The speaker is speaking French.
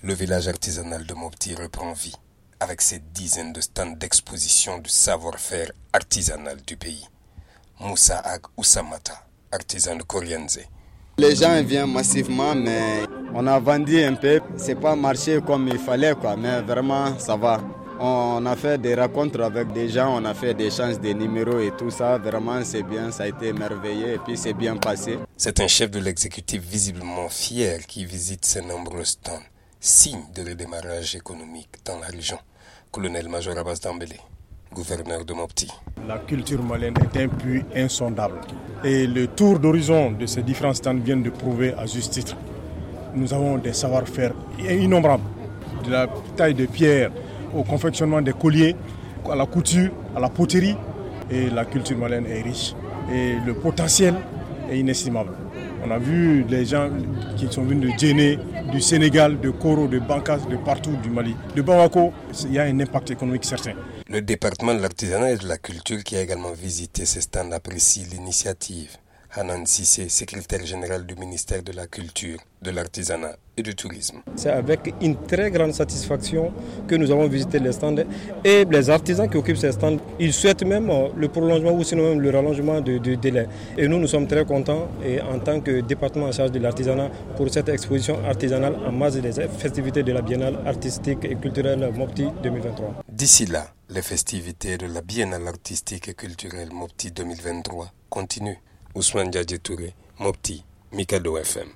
Le village artisanal de Mopti reprend vie avec ses dizaines de stands d'exposition du savoir-faire artisanal du pays. Moussa Ag Oussamata, artisan de Korienze. Les gens viennent massivement, mais on a vendu un peu. C'est pas marché comme il fallait, mais vraiment ça va. On a fait des rencontres avec des gens, on a fait des échanges de numéros et tout ça. Vraiment, c'est bien, ça a été merveilleux et puis c'est bien passé. C'est un chef de l'exécutif visiblement fier qui visite ces nombreux stands, signe de redémarrage économique dans la région. Colonel-major Abbas Dambélé, gouverneur de Mopti. La culture malienne est un puits insondable. Et le tour d'horizon de ces différents stands vient de prouver à juste titre. Nous avons des savoir-faire innombrables, de la taille de pierre au confectionnement des colliers, à la couture, à la poterie. Et la culture malienne est riche. Et le potentiel est inestimable. On a vu les gens qui sont venus de Djenné, du Sénégal, de Koro, de Bankas, de partout du Mali. De Bamako, il y a un impact économique certain. Le département de l'artisanat et de la culture qui a également visité ces stands apprécie l'initiative. Hanan Sissé, secrétaire général du ministère de la Culture, de l'Artisanat et du Tourisme. C'est avec une très grande satisfaction que nous avons visité les stands et les artisans qui occupent ces stands, ils souhaitent même le prolongement ou sinon même le rallongement du délai. Et nous sommes très contents et en tant que département en charge de l'artisanat pour cette exposition artisanale en marge des festivités de la Biennale artistique et culturelle Mopti 2023. D'ici là, les festivités de la Biennale artistique et culturelle Mopti 2023 continuent. Ousmane Diadje Touré, Mopti, Mikado FM.